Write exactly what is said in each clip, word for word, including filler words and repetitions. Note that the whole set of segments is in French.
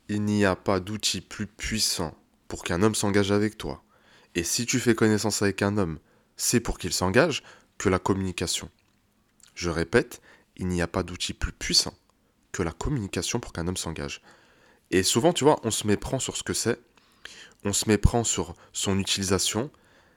Il n'y a pas d'outil plus puissant pour qu'un homme s'engage avec toi. Et si tu fais connaissance avec un homme, c'est pour qu'il s'engage que la communication. Je répète, il n'y a pas d'outil plus puissant que la communication pour qu'un homme s'engage. Et souvent, tu vois, on se méprend sur ce que c'est, on se méprend sur son utilisation.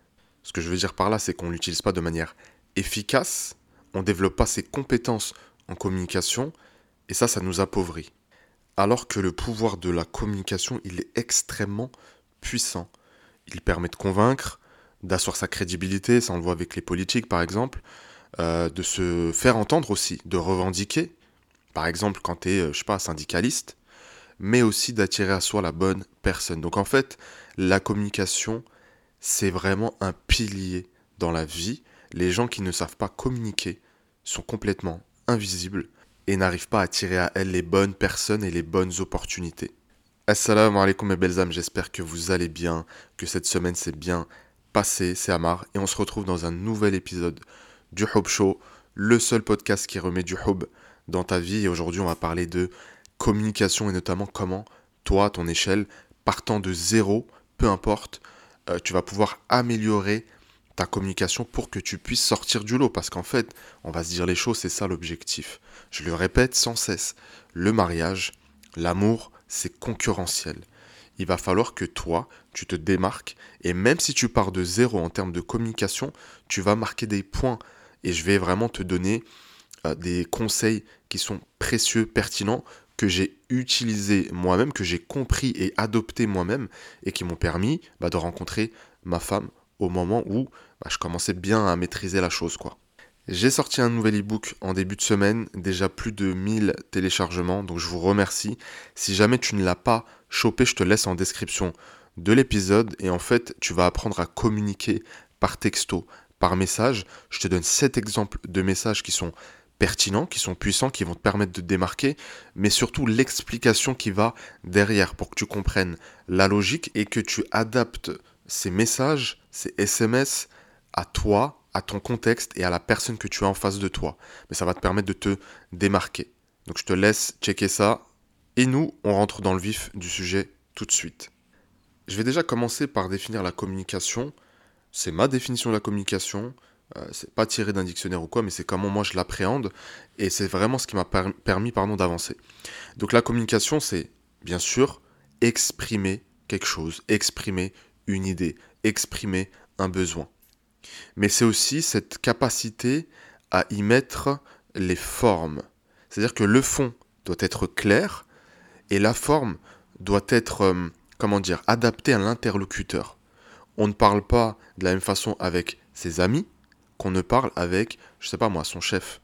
Ce que je veux dire par là, c'est qu'on ne l'utilise pas de manière efficace, on ne développe pas ses compétences en communication, et ça, ça nous appauvrit. Alors que le pouvoir de la communication, il est extrêmement puissant. Il permet de convaincre, d'asseoir sa crédibilité, ça on le voit avec les politiques par exemple, euh, de se faire entendre aussi, de revendiquer, par exemple quand tu es, je sais pas, syndicaliste, mais aussi d'attirer à soi la bonne personne. Donc en fait, la communication, c'est vraiment un pilier dans la vie. Les gens qui ne savent pas communiquer sont complètement invisibles et n'arrivent pas à attirer à elles les bonnes personnes et les bonnes opportunités. Assalamu alaikum mes belles âmes, j'espère que vous allez bien, que cette semaine s'est bien passée, c'est Amar, et on se retrouve dans un nouvel épisode du Hub Show, le seul podcast qui remet du hub dans ta vie, et aujourd'hui on va parler de communication et notamment comment, toi, à ton échelle, partant de zéro, peu importe, euh, tu vas pouvoir améliorer ta communication pour que tu puisses sortir du lot, parce qu'en fait, on va se dire les choses, c'est ça l'objectif. Je le répète sans cesse, le mariage, l'amour, c'est concurrentiel. Il va falloir que toi, tu te démarques, et même si tu pars de zéro en termes de communication, tu vas marquer des points, et je vais vraiment te donner euh, des conseils qui sont précieux, pertinents, que j'ai utilisés moi-même, que j'ai compris et adopté moi-même, et qui m'ont permis bah, de rencontrer ma femme au moment où bah, je commençais bien à maîtriser la chose, quoi. J'ai sorti un nouvel e-book en début de semaine, déjà plus de mille téléchargements, donc je vous remercie. Si jamais tu ne l'as pas chopé, je te laisse en description de l'épisode et en fait, tu vas apprendre à communiquer par texto, par message. Je te donne sept exemples de messages qui sont pertinents, qui sont puissants, qui vont te permettre de te démarquer, mais surtout l'explication qui va derrière pour que tu comprennes la logique et que tu adaptes ces messages, ces S M S à toi, à ton contexte et à la personne que tu as en face de toi. Mais ça va te permettre de te démarquer. Donc je te laisse checker ça. Et nous, on rentre dans le vif du sujet tout de suite. Je vais déjà commencer par définir la communication. C'est ma définition de la communication. Euh, c'est pas tiré d'un dictionnaire ou quoi, mais c'est comment moi je l'appréhende. Et c'est vraiment ce qui m'a per- permis pardon, d'avancer. Donc la communication, c'est bien sûr exprimer quelque chose, exprimer une idée, exprimer un besoin. Mais c'est aussi cette capacité à y mettre les formes. C'est-à-dire que le fond doit être clair et la forme doit être, euh, comment dire, adaptée à l'interlocuteur. On ne parle pas de la même façon avec ses amis qu'on ne parle avec, je sais pas moi, son chef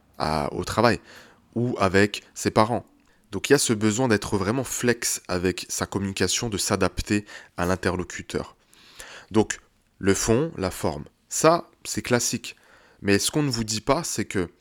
à- au travail ou avec ses parents. Donc il y a ce besoin d'être vraiment flex avec sa communication, de s'adapter à l'interlocuteur. Donc le fond, la forme. Ça, c'est classique. Mais ce qu'on ne vous dit pas, c'est que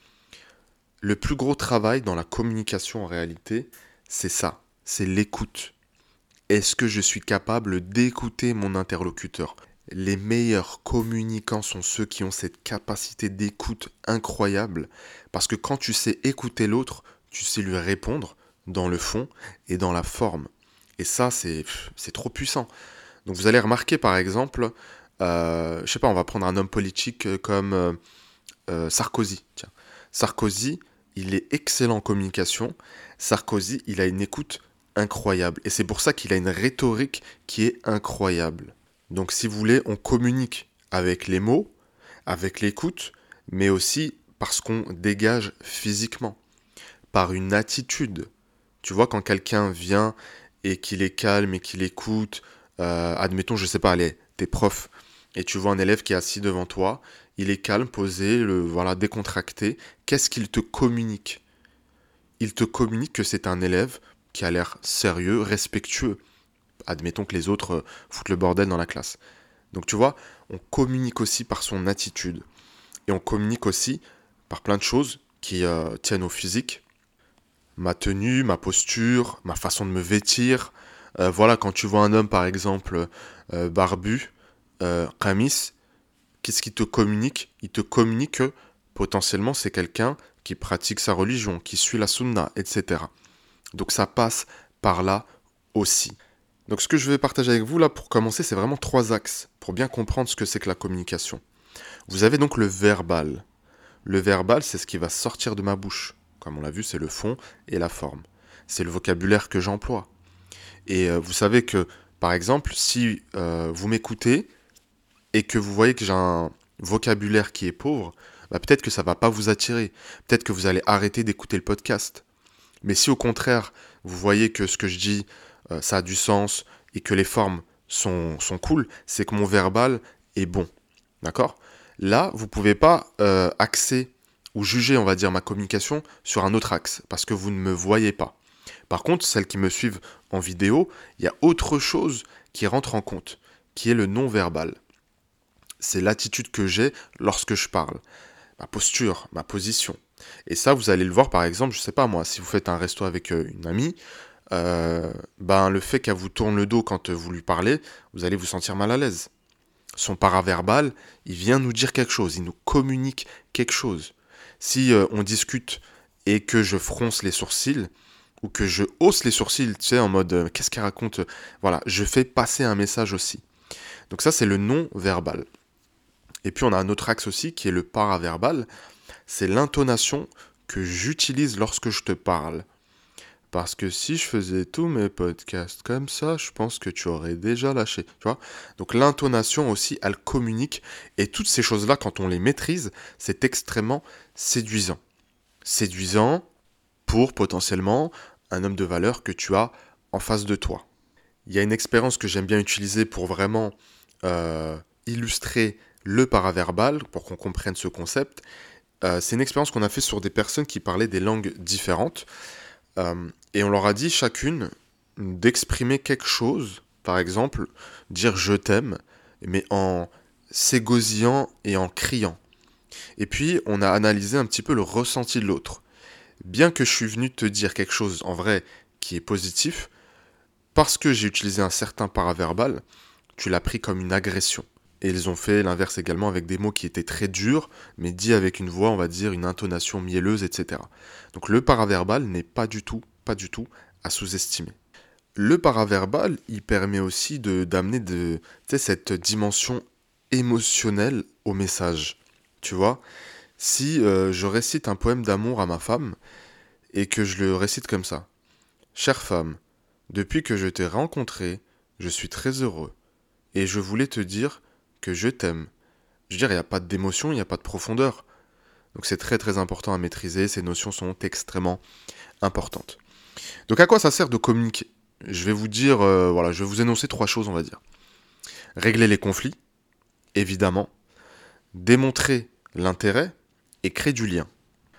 le plus gros travail dans la communication en réalité, c'est ça, c'est l'écoute. Est-ce que je suis capable d'écouter mon interlocuteur ? Les meilleurs communicants sont ceux qui ont cette capacité d'écoute incroyable, parce que quand tu sais écouter l'autre, tu sais lui répondre dans le fond et dans la forme. Et ça, c'est, c'est trop puissant. Donc vous allez remarquer par exemple, euh, je sais pas, on va prendre un homme politique comme euh, euh, Sarkozy. Tiens. Sarkozy, il est excellent en communication. Sarkozy, il a une écoute incroyable. Et c'est pour ça qu'il a une rhétorique qui est incroyable. Donc si vous voulez, on communique avec les mots, avec l'écoute, mais aussi parce qu'on dégage physiquement, par une attitude. Tu vois, quand quelqu'un vient et qu'il est calme et qu'il écoute, euh, admettons, je sais pas, allez, t'es prof, et tu vois un élève qui est assis devant toi, il est calme, posé, le, voilà, décontracté, qu'est-ce qu'il te communique ? Il te communique que c'est un élève qui a l'air sérieux, respectueux. Admettons que les autres euh, foutent le bordel dans la classe. Donc tu vois, on communique aussi par son attitude. Et on communique aussi par plein de choses qui euh, tiennent au physique. Ma tenue, ma posture, ma façon de me vêtir. Euh, voilà, quand tu vois un homme, par exemple, euh, barbu, euh, qamis, qu'est-ce qu'il te communique ? Il te communique que potentiellement c'est quelqu'un qui pratique sa religion, qui suit la sunna, et cetera. Donc ça passe par là aussi. Donc ce que je vais partager avec vous là pour commencer, c'est vraiment trois axes pour bien comprendre ce que c'est que la communication. Vous avez donc le verbal. Le verbal, c'est ce qui va sortir de ma bouche. Comme on l'a vu, c'est le fond et la forme. C'est le vocabulaire que j'emploie. Et euh, vous savez que, par exemple, si euh, vous m'écoutez et que vous voyez que j'ai un vocabulaire qui est pauvre, bah peut-être que ça ne va pas vous attirer. Peut-être que vous allez arrêter d'écouter le podcast. Mais si au contraire, vous voyez que ce que je dis, euh, ça a du sens et que les formes sont, sont cool, c'est que mon verbal est bon. D'accord ? Là, vous ne pouvez pas euh, axer ou juger, on va dire, ma communication sur un autre axe, parce que vous ne me voyez pas. Par contre, celles qui me suivent en vidéo, il y a autre chose qui rentre en compte, qui est le non-verbal. C'est l'attitude que j'ai lorsque je parle, ma posture, ma position. Et ça, vous allez le voir, par exemple, je sais pas moi, si vous faites un resto avec euh, une amie, euh, ben, le fait qu'elle vous tourne le dos quand vous lui parlez, vous allez vous sentir mal à l'aise. Son paraverbal, il vient nous dire quelque chose, il nous communique quelque chose. Si euh, on discute et que je fronce les sourcils, ou que je hausse les sourcils, tu sais, en mode euh, qu'est-ce qu'elle raconte, voilà, je fais passer un message aussi. Donc ça, c'est le non-verbal. Et puis on a un autre axe aussi qui est le paraverbal, c'est l'intonation que j'utilise lorsque je te parle. Parce que si je faisais tous mes podcasts comme ça, je pense que tu aurais déjà lâché, tu vois. Donc l'intonation aussi, elle communique. Et toutes ces choses-là, quand on les maîtrise, c'est extrêmement séduisant. Séduisant pour potentiellement un homme de valeur que tu as en face de toi. Il y a une expérience que j'aime bien utiliser pour vraiment euh, illustrer le paraverbal, pour qu'on comprenne ce concept. Euh, c'est une expérience qu'on a fait sur des personnes qui parlaient des langues différentes. Euh, et on leur a dit chacune d'exprimer quelque chose, par exemple, dire je t'aime, mais en s'égosillant et en criant. Et puis, on a analysé un petit peu le ressenti de l'autre. Bien que je suis venu te dire quelque chose en vrai qui est positif, parce que j'ai utilisé un certain paraverbal, tu l'as pris comme une agression. Et ils ont fait l'inverse également avec des mots qui étaient très durs, mais dits avec une voix, on va dire, une intonation mielleuse, et cetera. Donc le paraverbal n'est pas du tout, pas du tout à sous-estimer. Le paraverbal, il permet aussi de, d'amener de, tu sais, cette dimension émotionnelle au message. Tu vois, si euh, je récite un poème d'amour à ma femme, et que je le récite comme ça. Chère femme, depuis que je t'ai rencontrée, je suis très heureux. Et je voulais te dire que je t'aime. Je veux dire, il n'y a pas d'émotion, il n'y a pas de profondeur. Donc c'est très très important à maîtriser, ces notions sont extrêmement importantes. Donc à quoi ça sert de communiquer ? Je vais vous dire, euh, voilà, je vais vous énoncer trois choses, on va dire. Régler les conflits, évidemment. Démontrer l'intérêt et créer du lien.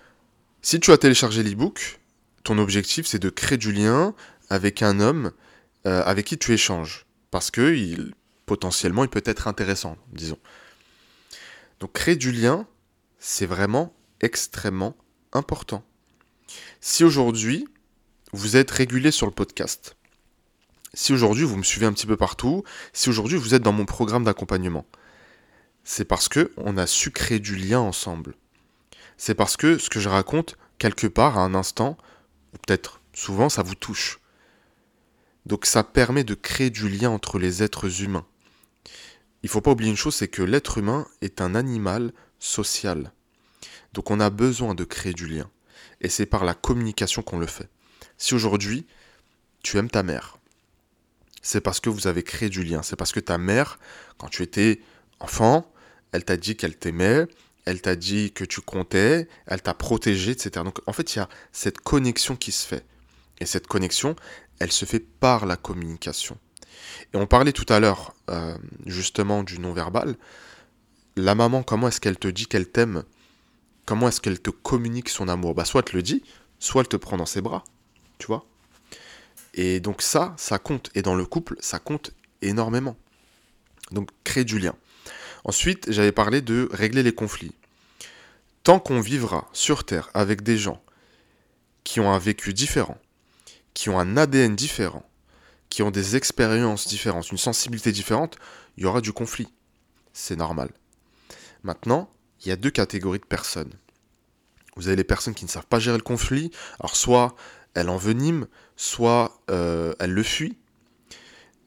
Si tu as téléchargé l'e-book, ton objectif c'est de créer du lien avec un homme euh, avec qui tu échanges. Parce que il, potentiellement il peut être intéressant, disons. Donc créer du lien, c'est vraiment extrêmement important. Si aujourd'hui, vous êtes régulier sur le podcast, si aujourd'hui vous me suivez un petit peu partout, si aujourd'hui vous êtes dans mon programme d'accompagnement, c'est parce qu'on a su créer du lien ensemble. C'est parce que ce que je raconte, quelque part, à un instant, ou peut-être souvent, ça vous touche. Donc ça permet de créer du lien entre les êtres humains. Il ne faut pas oublier une chose, c'est que l'être humain est un animal social. Donc on a besoin de créer du lien. Et c'est par la communication qu'on le fait. Si aujourd'hui, tu aimes ta mère, c'est parce que vous avez créé du lien. C'est parce que ta mère, quand tu étais enfant, elle t'a dit qu'elle t'aimait, elle t'a dit que tu comptais, elle t'a protégé, et cetera. Donc en fait, il y a cette connexion qui se fait. Et cette connexion, elle se fait par la communication. Et on parlait tout à l'heure, euh, justement, du non-verbal. La maman, comment est-ce qu'elle te dit qu'elle t'aime ? Comment est-ce qu'elle te communique son amour ? Bah, soit elle te le dit, soit elle te prend dans ses bras. Tu vois ? Et donc ça, ça compte. Et dans le couple, ça compte énormément. Donc, créer du lien. Ensuite, j'avais parlé de régler les conflits. Tant qu'on vivra sur Terre avec des gens qui ont un vécu différent, qui ont un A D N différent, qui ont des expériences différentes, une sensibilité différente, il y aura du conflit. C'est normal. Maintenant, il y a deux catégories de personnes. Vous avez les personnes qui ne savent pas gérer le conflit. Alors soit elles enveniment, soit euh, elles le fuient.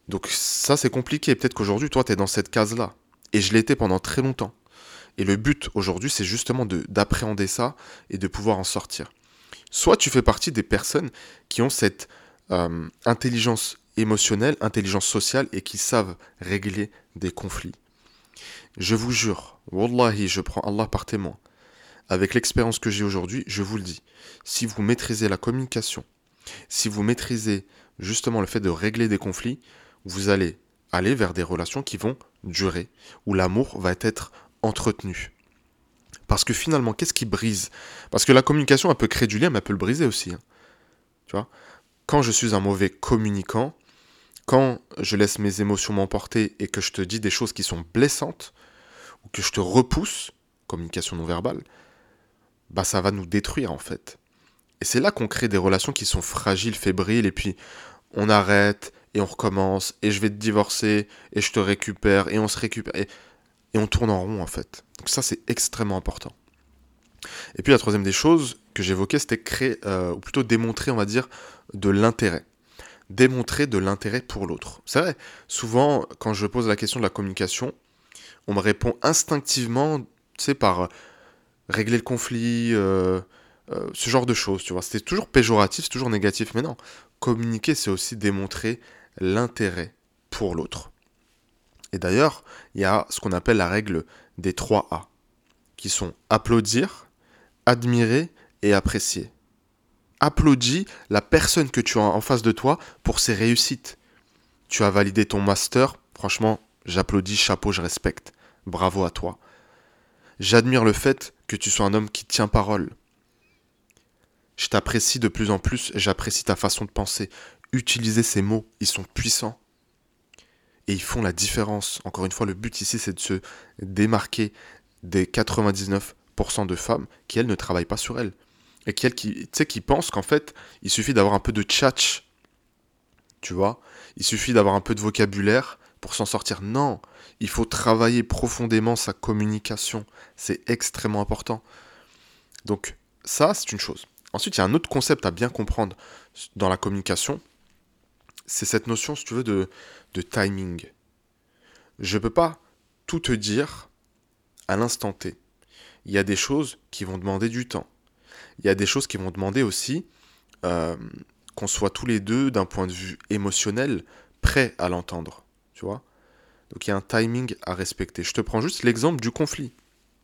Donc ça, c'est compliqué. Peut-être qu'aujourd'hui, toi, tu es dans cette case-là. Et je l'étais pendant très longtemps. Et le but aujourd'hui, c'est justement de, d'appréhender ça et de pouvoir en sortir. Soit tu fais partie des personnes qui ont cette euh, intelligence émotionnelle, intelligence sociale et qui savent régler des conflits. Je vous jure, Wallahi, je prends Allah par témoin. Avec l'expérience que j'ai aujourd'hui, je vous le dis, si vous maîtrisez la communication, si vous maîtrisez justement le fait de régler des conflits, vous allez aller vers des relations qui vont durer, où l'amour va être entretenu. Parce que finalement, qu'est-ce qui brise? Parce que la communication, elle peut créer du lien, mais elle peut le briser aussi. Hein. Tu vois? Quand je suis un mauvais communicant, quand je laisse mes émotions m'emporter et que je te dis des choses qui sont blessantes, ou que je te repousse, communication non verbale, bah ça va nous détruire en fait. Et c'est là qu'on crée des relations qui sont fragiles, fébriles, et puis on arrête, et on recommence, et je vais te divorcer, et je te récupère, et on se récupère, et, et on tourne en rond en fait. Donc ça c'est extrêmement important. Et puis la troisième des choses que j'évoquais, c'était créer, euh, ou plutôt démontrer, on va dire, de l'intérêt. Démontrer de l'intérêt pour l'autre. C'est vrai, souvent, quand je pose la question de la communication, on me répond instinctivement, tu sais, par régler le conflit, euh, euh, ce genre de choses, tu vois. C'est toujours péjoratif, c'est toujours négatif, mais non. Communiquer, c'est aussi démontrer l'intérêt pour l'autre. Et d'ailleurs, il y a ce qu'on appelle la règle des trois A, qui sont applaudir, admirer et apprécier. Applaudis la personne que tu as en face de toi pour ses réussites. Tu as validé ton master, franchement, j'applaudis, chapeau, je respecte. Bravo à toi. J'admire le fait que tu sois un homme qui tient parole. Je t'apprécie de plus en plus, j'apprécie ta façon de penser. Utiliser ces mots, ils sont puissants. Et ils font la différence. Encore une fois, le but ici, c'est de se démarquer des quatre-vingt-dix-neuf pour cent de femmes qui, elles, ne travaillent pas sur elles. Et qui, elles, qui, tu sais, qui pensent qu'en fait, il suffit d'avoir un peu de tchatch, tu vois. Il suffit d'avoir un peu de vocabulaire pour s'en sortir. Non, il faut travailler profondément sa communication. C'est extrêmement important. Donc, ça, c'est une chose. Ensuite, il y a un autre concept à bien comprendre dans la communication. C'est cette notion, si tu veux, de, de timing. Je ne peux pas tout te dire à l'instant T. Il y a des choses qui vont demander du temps. Il y a des choses qui vont demander aussi euh, qu'on soit tous les deux, d'un point de vue émotionnel, prêts à l'entendre. Tu vois ? Donc il y a un timing à respecter. Je te prends juste l'exemple du conflit.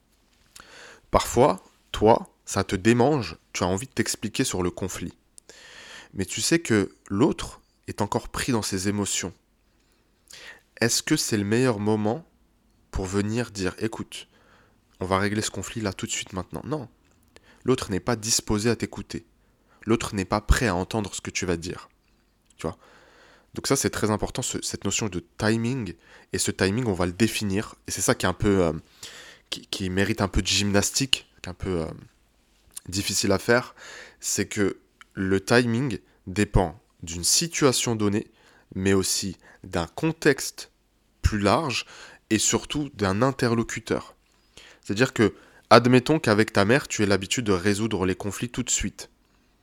Parfois, toi, ça te démange, tu as envie de t'expliquer sur le conflit. Mais tu sais que l'autre est encore pris dans ses émotions. Est-ce que c'est le meilleur moment pour venir dire, écoute, on va régler ce conflit là tout de suite maintenant? Non. L'autre n'est pas disposé à t'écouter. L'autre n'est pas prêt à entendre ce que tu vas dire. Tu vois? Donc ça, c'est très important, ce, cette notion de timing. Et ce timing, on va le définir. Et c'est ça qui est un peu, euh, qui, qui mérite un peu de gymnastique, qui est un peu euh, difficile à faire. C'est que le timing dépend d'une situation donnée, mais aussi d'un contexte plus large et surtout d'un interlocuteur. C'est-à-dire que, admettons qu'avec ta mère, tu aies l'habitude de résoudre les conflits tout de suite.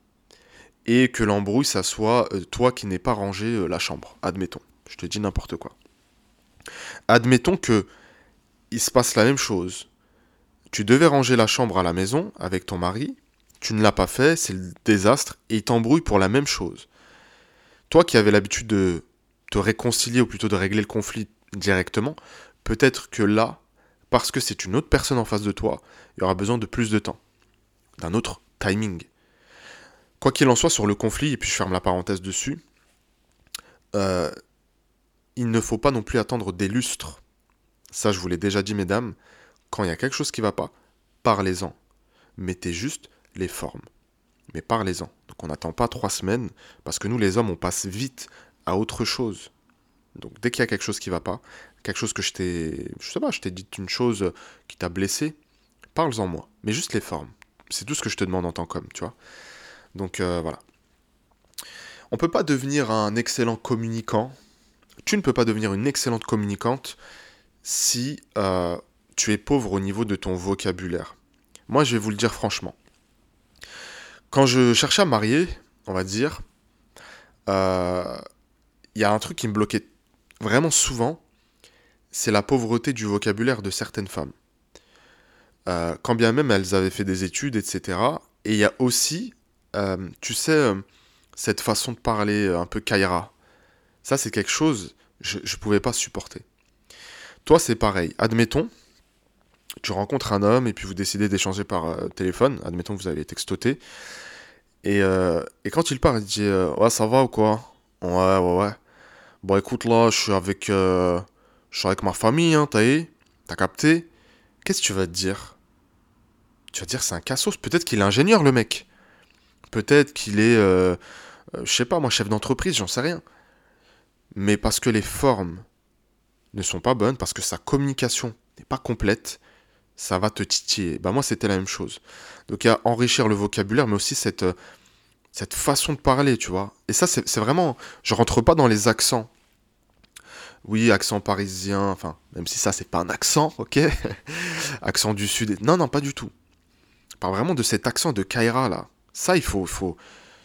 Et que l'embrouille, ça soit euh, toi qui n'es pas rangé euh, la chambre. Admettons. Je te dis n'importe quoi. Admettons que il se passe la même chose. Tu devais ranger la chambre à la maison avec ton mari, tu ne l'as pas fait, c'est le désastre, et il t'embrouille pour la même chose. Toi qui avais l'habitude de te réconcilier, ou plutôt de régler le conflit directement, peut-être que là, parce que c'est une autre personne en face de toi, il y aura besoin de plus de temps, d'un autre timing. Quoi qu'il en soit sur le conflit, et puis je ferme la parenthèse dessus, euh, il ne faut pas non plus attendre des lustres. Ça, je vous l'ai déjà dit, mesdames, quand il y a quelque chose qui ne va pas, parlez-en. Mettez juste les formes. Mais parlez-en. Donc on n'attend pas trois semaines, parce que nous, les hommes, on passe vite à autre chose. Donc dès qu'il y a quelque chose qui ne va pas, quelque chose que je t'ai... Je sais pas, je t'ai dit une chose qui t'a blessé, parle-en moi. Mais juste les formes. C'est tout ce que je te demande en tant qu'homme, tu vois. Donc euh, voilà. On ne peut pas devenir un excellent communicant. Tu ne peux pas devenir une excellente communicante si euh, tu es pauvre au niveau de ton vocabulaire. Moi, je vais vous le dire franchement. Quand je cherchais à me marier, on va dire, il euh, y a un truc qui me bloquait vraiment souvent, c'est la pauvreté du vocabulaire de certaines femmes. Euh, quand bien même elles avaient fait des études, et cetera. Et il y a aussi, euh, tu sais, euh, cette façon de parler euh, un peu Kaira. Ça, c'est quelque chose je ne pouvais pas supporter. Toi, c'est pareil. Admettons, tu rencontres un homme et puis vous décidez d'échanger par euh, téléphone. Admettons que vous avez textoté. Et, euh, et quand il part, il dit euh, ouais, ça va ou quoi? Ouais, ouais, ouais. Bon, écoute, là, je suis avec, euh, je suis avec ma famille, hein, t'as eu? T'as capté? Qu'est-ce que tu vas te dire? Tu vas te dire, c'est un cassos. Peut-être qu'il est ingénieur, le mec. Peut-être qu'il est, euh, euh, je sais pas, moi, chef d'entreprise, j'en sais rien. Mais parce que les formes ne sont pas bonnes, parce que sa communication n'est pas complète, ça va te titiller. Bah moi, c'était la même chose. Donc, il y a enrichir le vocabulaire, mais aussi cette, euh, cette façon de parler, tu vois. Et ça, c'est c'est vraiment... Je rentre pas dans les accents. Oui, accent parisien, enfin, même si ça, c'est pas un accent, ok? Accent du sud. Non, non, pas du tout. Je parle vraiment de cet accent de Kaira, là. Ça, il faut, il faut,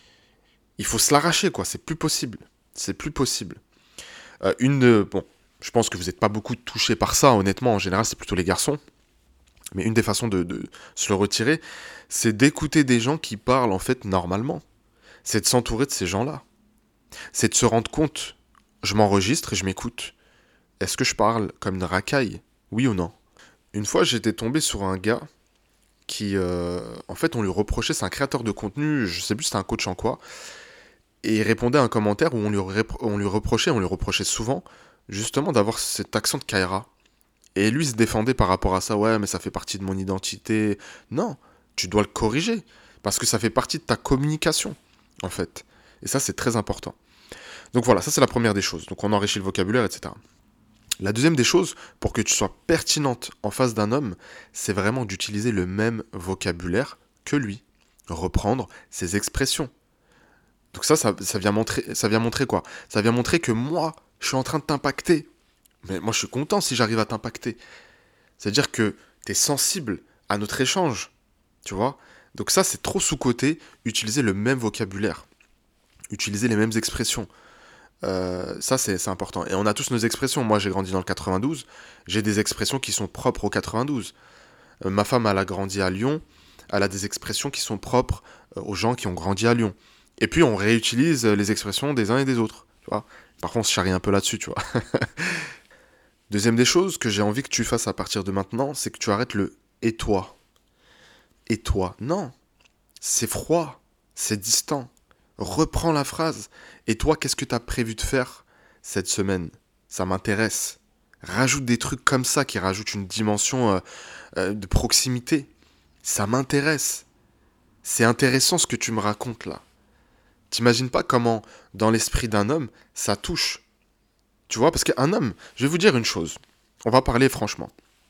il faut se l'arracher, quoi. C'est plus possible. C'est plus possible. Euh, une... euh, bon, je pense que vous n'êtes pas beaucoup touchés par ça, honnêtement. En général, c'est plutôt les garçons. Mais une des façons de, de se le retirer, c'est d'écouter des gens qui parlent, en fait, normalement. C'est de s'entourer de ces gens-là. C'est de se rendre compte, je m'enregistre et je m'écoute. Est-ce que je parle comme une racaille? Oui ou non? Une fois, j'étais tombé sur un gars qui, euh, en fait, on lui reprochait, c'est un créateur de contenu, je sais plus si c'était un coach en quoi, et il répondait à un commentaire où on lui, répro- on lui reprochait, on lui reprochait souvent, justement, d'avoir cet accent de Kaira. Et lui se défendait par rapport à ça, ouais, mais ça fait partie de mon identité. Non, tu dois le corriger, parce que ça fait partie de ta communication, en fait. Et ça, c'est très important. Donc voilà, ça c'est la première des choses. Donc on enrichit le vocabulaire, et cetera. La deuxième des choses, pour que tu sois pertinente en face d'un homme, c'est vraiment d'utiliser le même vocabulaire que lui. Reprendre ses expressions. Donc ça, ça, ça vient montrer, ça vient montrer quoi? Ça vient montrer que moi, je suis en train de t'impacter. Mais moi, je suis content si j'arrive à t'impacter. C'est-à-dire que tu es sensible à notre échange. Tu vois? Donc ça, c'est trop sous-coté. Utiliser le même vocabulaire. Utiliser les mêmes expressions. Euh, ça, c'est c'est important. Et on a tous nos expressions. Moi, j'ai grandi dans le quatre-vingt-douze. J'ai des expressions qui sont propres au quatre-vingt-douze. Euh, ma femme, elle a grandi à Lyon. Elle a des expressions qui sont propres euh, aux gens qui ont grandi à Lyon. Et puis, on réutilise les expressions des uns et des autres. Tu vois. Par contre, on se charrie un peu là-dessus, tu vois. Deuxième des choses que j'ai envie que tu fasses à partir de maintenant, c'est que tu arrêtes le «et toi». Et toi, non. C'est froid. C'est distant. Reprends la phrase. Et toi, qu'est-ce que tu as prévu de faire cette semaine? Ça m'intéresse. Rajoute des trucs comme ça qui rajoutent une dimension euh, euh, de proximité. Ça m'intéresse. C'est intéressant ce que tu me racontes là. T'imagines pas comment, dans l'esprit d'un homme, ça touche. Tu vois, parce qu'un homme, je vais vous dire une chose. On va parler franchement.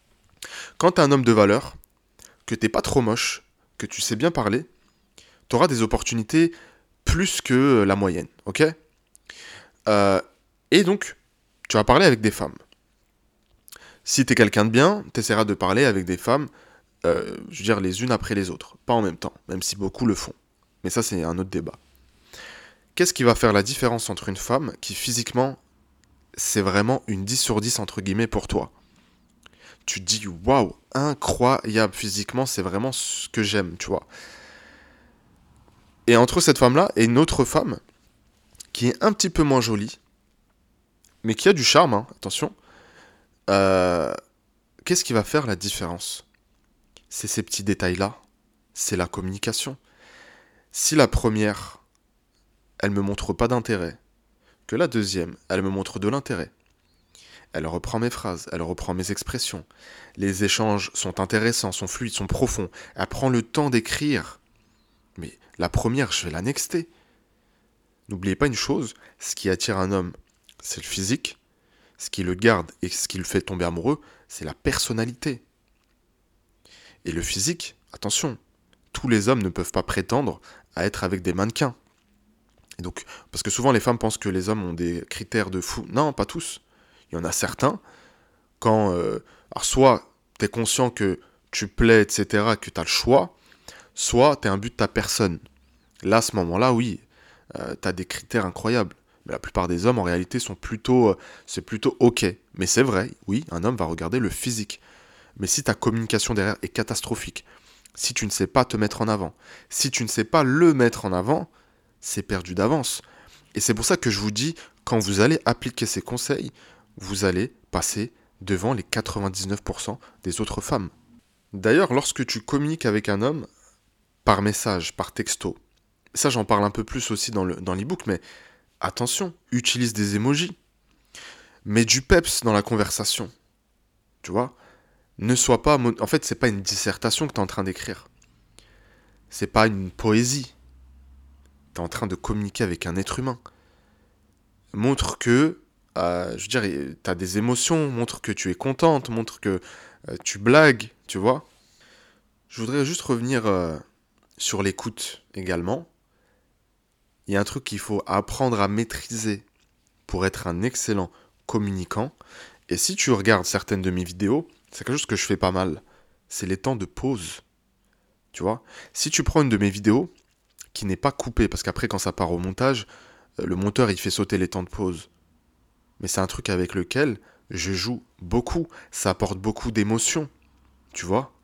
Quand t'es un homme de valeur, que t'es pas trop moche, que tu sais bien parler, t'auras des opportunités plus que la moyenne, ok? Euh, Et donc, tu vas parler avec des femmes. Si t'es quelqu'un de bien, t'essaieras de parler avec des femmes, euh, je veux dire, les unes après les autres, pas en même temps, même si beaucoup le font. Mais ça, c'est un autre débat. Qu'est-ce qui va faire la différence entre une femme qui, physiquement, c'est vraiment une dix sur dix, entre guillemets, pour toi? Tu te dis, waouh, incroyable, physiquement, c'est vraiment ce que j'aime, tu vois. Et entre cette femme-là et une autre femme, qui est un petit peu moins jolie, mais qui a du charme, hein, attention, euh, qu'est-ce qui va faire la différence? C'est ces petits détails-là. C'est la communication. Si la première, elle me montre pas d'intérêt, que la deuxième, elle me montre de l'intérêt, elle reprend mes phrases, elle reprend mes expressions, les échanges sont intéressants, sont fluides, sont profonds, elle prend le temps d'écrire, mais la première, je vais la nexter. N'oubliez pas une chose, ce qui attire un homme, c'est le physique, ce qui le garde et ce qui le fait tomber amoureux, c'est la personnalité. Et le physique, attention, tous les hommes ne peuvent pas prétendre à être avec des mannequins. Et donc, parce que souvent les femmes pensent que les hommes ont des critères de fou. Non, pas tous. Il y en a certains, quand... Euh, alors soit t'es conscient que tu plais, et cetera, que t'as le choix, soit t'es un but de ta personne. Là, à ce moment-là, oui, euh, t'as des critères incroyables. Mais la plupart des hommes, en réalité, sont plutôt, euh, c'est plutôt ok. Mais c'est vrai, oui, un homme va regarder le physique. Mais si ta communication derrière est catastrophique, si tu ne sais pas te mettre en avant, si tu ne sais pas le mettre en avant, c'est perdu d'avance. Et c'est pour ça que je vous dis, quand vous allez appliquer ces conseils, vous allez passer devant les quatre-vingt-dix-neuf pour cent des autres femmes. D'ailleurs, lorsque tu communiques avec un homme, par message, par texto, ça j'en parle un peu plus aussi dans le, dans l'e-book, mais attention, utilise des emojis, mets du peps dans la conversation, tu vois. Ne sois pas... mon- En fait, c'est pas une dissertation que tu es en train d'écrire. C'est pas une poésie. Tu es en train de communiquer avec un être humain. Montre que, euh, je veux dire, tu as des émotions, montre que tu es contente, montre que euh, tu blagues, tu vois. Je voudrais juste revenir euh, sur l'écoute également. Il y a un truc qu'il faut apprendre à maîtriser pour être un excellent communicant. Et si tu regardes certaines de mes vidéos, c'est quelque chose que je fais pas mal. C'est les temps de pause. Tu vois, si tu prends une de mes vidéos qui n'est pas coupée, parce qu'après quand ça part au montage, euh, le monteur il fait sauter les temps de pause. Mais c'est un truc avec lequel je joue beaucoup. Ça apporte beaucoup d'émotions. Tu vois,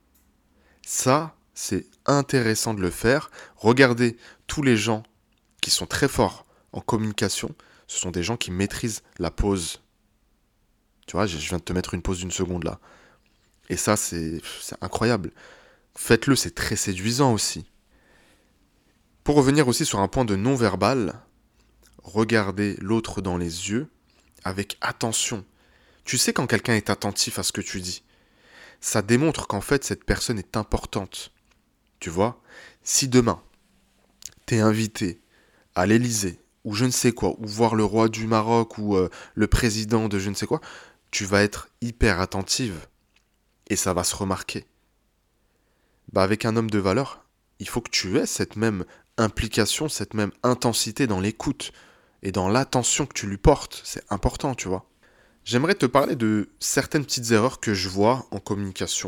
ça c'est intéressant de le faire. Regardez tous les gens qui sont très forts en communication, ce sont des gens qui maîtrisent la pause. Tu vois, je viens de te mettre une pause d'une seconde là. Et ça, c'est c'est incroyable. Faites-le, c'est très séduisant aussi. Pour revenir aussi sur un point de non-verbal, regardez l'autre dans les yeux avec attention. Tu sais quand quelqu'un est attentif à ce que tu dis, ça démontre qu'en fait cette personne est importante. Tu vois, si demain, t'es invité à l'Élysée, ou je ne sais quoi, ou voir le roi du Maroc, ou euh, le président de je ne sais quoi, tu vas être hyper attentive. Et ça va se remarquer. Bah avec un homme de valeur, il faut que tu aies cette même implication, cette même intensité dans l'écoute et dans l'attention que tu lui portes. C'est important, tu vois. J'aimerais te parler de certaines petites erreurs que je vois en communication.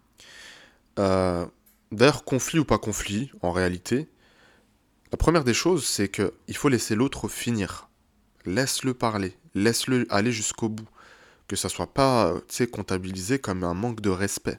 Euh, D'ailleurs, conflit ou pas conflit, en réalité, la première des choses, c'est qu'il faut laisser l'autre finir. Laisse-le parler, laisse-le aller jusqu'au bout. Que ça soit pas, euh, tu sais, comptabilisé comme un manque de respect.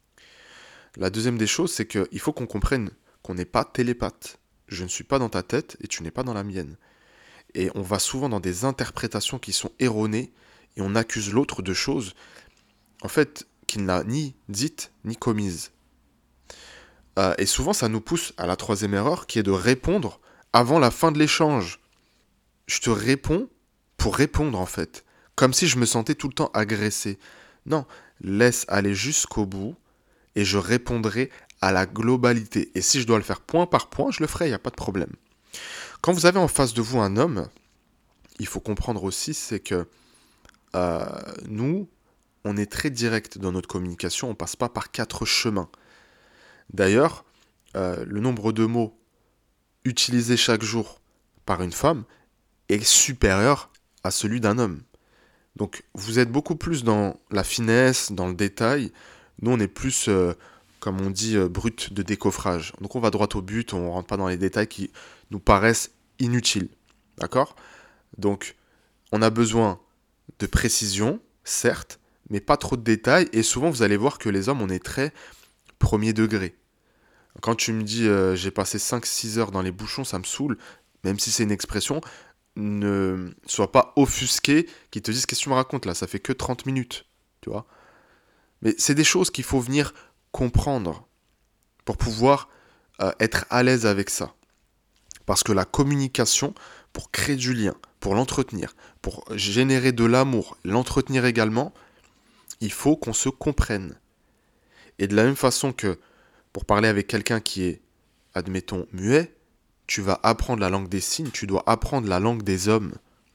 La deuxième des choses, c'est qu'il faut qu'on comprenne qu'on n'est pas télépathe. Je ne suis pas dans ta tête et tu n'es pas dans la mienne. Et on va souvent dans des interprétations qui sont erronées et on accuse l'autre de choses, en fait, qu'il n'a ni dites ni commises. Euh, et souvent, ça nous pousse à la troisième erreur qui est de répondre avant la fin de l'échange. Je te réponds pour répondre, en fait. Comme si je me sentais tout le temps agressé. Non, laisse aller jusqu'au bout et je répondrai à la globalité. Et si je dois le faire point par point, je le ferai, il n'y a pas de problème. Quand vous avez en face de vous un homme, il faut comprendre aussi, c'est que euh, nous, on est très direct dans notre communication, on ne passe pas par quatre chemins. D'ailleurs, euh, le nombre de mots utilisés chaque jour par une femme est supérieur à celui d'un homme. Donc vous êtes beaucoup plus dans la finesse, dans le détail. Nous, on est plus, euh, comme on dit, euh, brut de décoffrage. Donc on va droit au but, on ne rentre pas dans les détails qui nous paraissent inutiles. D'accord ? Donc on a besoin de précision, certes, mais pas trop de détails. Et souvent, vous allez voir que les hommes, on est très premier degré. Quand tu me dis euh, j'ai passé cinq six heures dans les bouchons, ça me saoule, même si c'est une expression, ne sois pas offusqué, qui te disent qu'est-ce que tu me racontes là, ça fait que trente minutes, tu vois. Mais c'est des choses qu'il faut venir comprendre pour pouvoir euh, être à l'aise avec ça. Parce que la communication, pour créer du lien, pour l'entretenir, pour générer de l'amour, l'entretenir également, il faut qu'on se comprenne. Et de la même façon que pour parler avec quelqu'un qui est, admettons, muet, tu vas apprendre la langue des signes, tu dois apprendre la langue des hommes.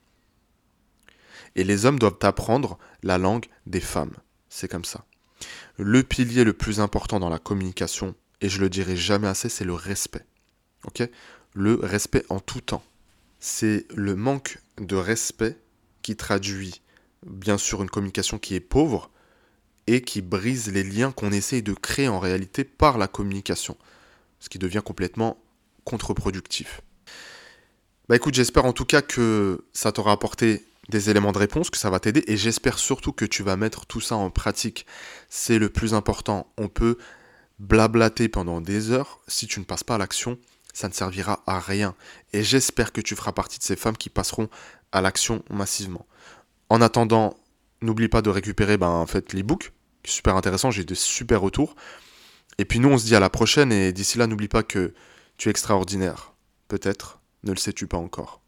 Et les hommes doivent apprendre la langue des femmes. C'est comme ça. Le pilier le plus important dans la communication, et je le dirai jamais assez, c'est le respect. Ok ? Le respect en tout temps. C'est le manque de respect qui traduit, bien sûr, une communication qui est pauvre et qui brise les liens qu'on essaye de créer en réalité par la communication, ce qui devient complètement contre-productif. Bah écoute, j'espère en tout cas que ça t'aura apporté des éléments de réponse, que ça va t'aider, et j'espère surtout que tu vas mettre tout ça en pratique. C'est le plus important. On peut blablater pendant des heures, si tu ne passes pas à l'action, ça ne servira à rien. Et j'espère que tu feras partie de ces femmes qui passeront à l'action massivement. En attendant, n'oublie pas de récupérer ben, en fait, l'e-book, qui est super intéressant, j'ai de super retours. Et puis nous, on se dit à la prochaine, et d'ici là, n'oublie pas que tu es extraordinaire. Peut-être, ne le sais-tu pas encore.